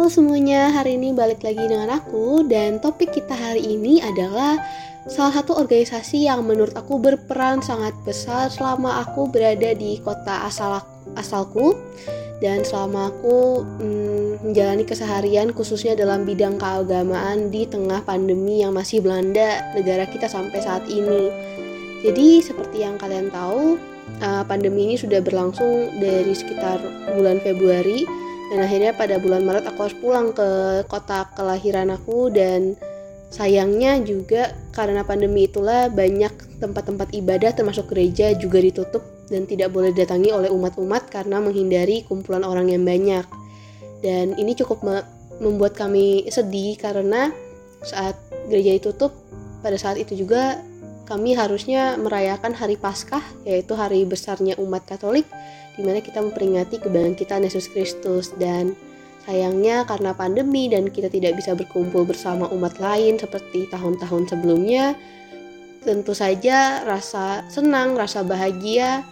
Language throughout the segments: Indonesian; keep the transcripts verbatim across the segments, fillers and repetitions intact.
Halo semuanya, hari ini balik lagi dengan aku dan topik kita hari ini adalah salah satu organisasi yang menurut aku berperan sangat besar selama aku berada di kota asal asalku dan selama aku hmm, menjalani keseharian khususnya dalam bidang keagamaan di tengah pandemi yang masih melanda negara kita sampai saat ini. Jadi seperti yang kalian tahu, pandemi ini sudah berlangsung dari sekitar bulan Februari. Dan akhirnya pada bulan Maret aku harus pulang ke kota kelahiran aku, dan sayangnya juga karena pandemi itulah banyak tempat-tempat ibadah termasuk gereja juga ditutup dan tidak boleh didatangi oleh umat-umat karena menghindari kumpulan orang yang banyak. Dan ini cukup me- membuat kami sedih karena saat gereja ditutup, pada saat itu juga kami harusnya merayakan hari Paskah, yaitu hari besarnya umat Katolik, di mana kita memperingati kebangkitan Yesus Kristus. Dan sayangnya karena pandemi dan kita tidak bisa berkumpul bersama umat lain seperti tahun-tahun sebelumnya, tentu saja rasa senang, rasa bahagia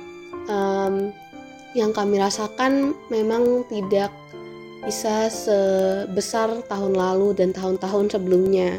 um, yang kami rasakan memang tidak bisa sebesar tahun lalu dan tahun-tahun sebelumnya.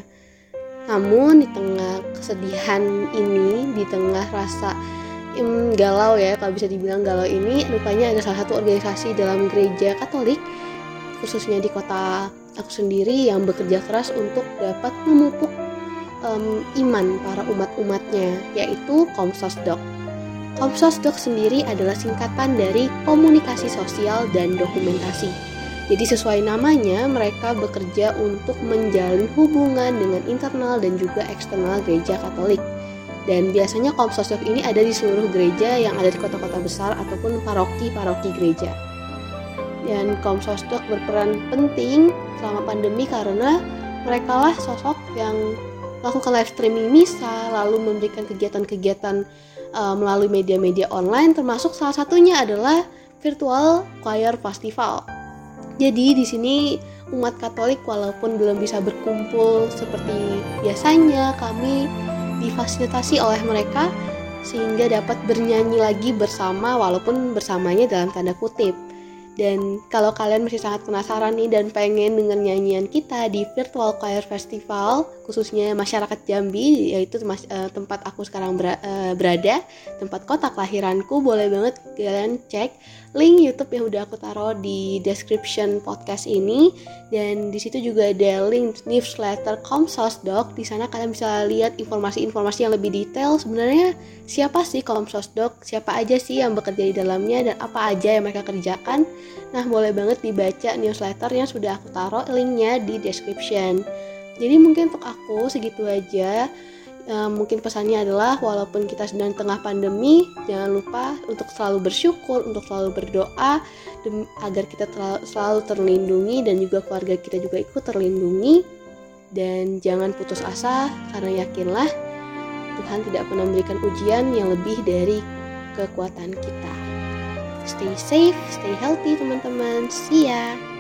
Namun di tengah kesedihan ini, di tengah rasa im, galau ya, kalau bisa dibilang galau ini, rupanya ada salah satu organisasi dalam gereja Katolik, khususnya di kota aku sendiri, yang bekerja keras untuk dapat memupuk um, iman para umat-umatnya, yaitu Komsosdok. Komsosdok sendiri adalah singkatan dari komunikasi sosial dan dokumentasi. Jadi sesuai namanya, mereka bekerja untuk menjalin hubungan dengan internal dan juga eksternal gereja Katolik. Dan biasanya Komsosdok ini ada di seluruh gereja yang ada di kota-kota besar ataupun paroki-paroki gereja. Dan Komsosdok berperan penting selama pandemi karena merekalah sosok yang melakukan live streaming misa, lalu memberikan kegiatan-kegiatan uh, melalui media-media online, termasuk salah satunya adalah Virtual Choir Festival. Jadi di sini umat Katolik walaupun belum bisa berkumpul seperti biasanya, kami difasilitasi oleh mereka sehingga dapat bernyanyi lagi bersama, walaupun bersamanya dalam tanda kutip. Dan kalau kalian masih sangat penasaran nih dan pengen denger nyanyian kita di Virtual Choir Festival, khususnya masyarakat Jambi, yaitu tempat aku sekarang berada, tempat kota kelahiranku, boleh banget kalian cek link YouTube yang udah aku taruh di description podcast ini. Dan di situ juga ada link newsletter Komsosdok. Di sana kalian bisa lihat informasi-informasi yang lebih detail. Sebenarnya siapa sih Komsosdok? Siapa aja sih yang bekerja di dalamnya dan apa aja yang mereka kerjakan? Nah, boleh banget dibaca newsletter yang sudah aku taruh linknya di description. Jadi mungkin untuk aku segitu aja. E, mungkin pesannya adalah walaupun kita sedang tengah pandemi, jangan lupa untuk selalu bersyukur, untuk selalu berdoa dem- agar kita terlalu, selalu terlindungi dan juga keluarga kita juga ikut terlindungi. Dan jangan putus asa karena yakinlah Tuhan tidak pernah memberikan ujian yang lebih dari kekuatan kita. Stay safe, stay healthy teman-teman. See ya!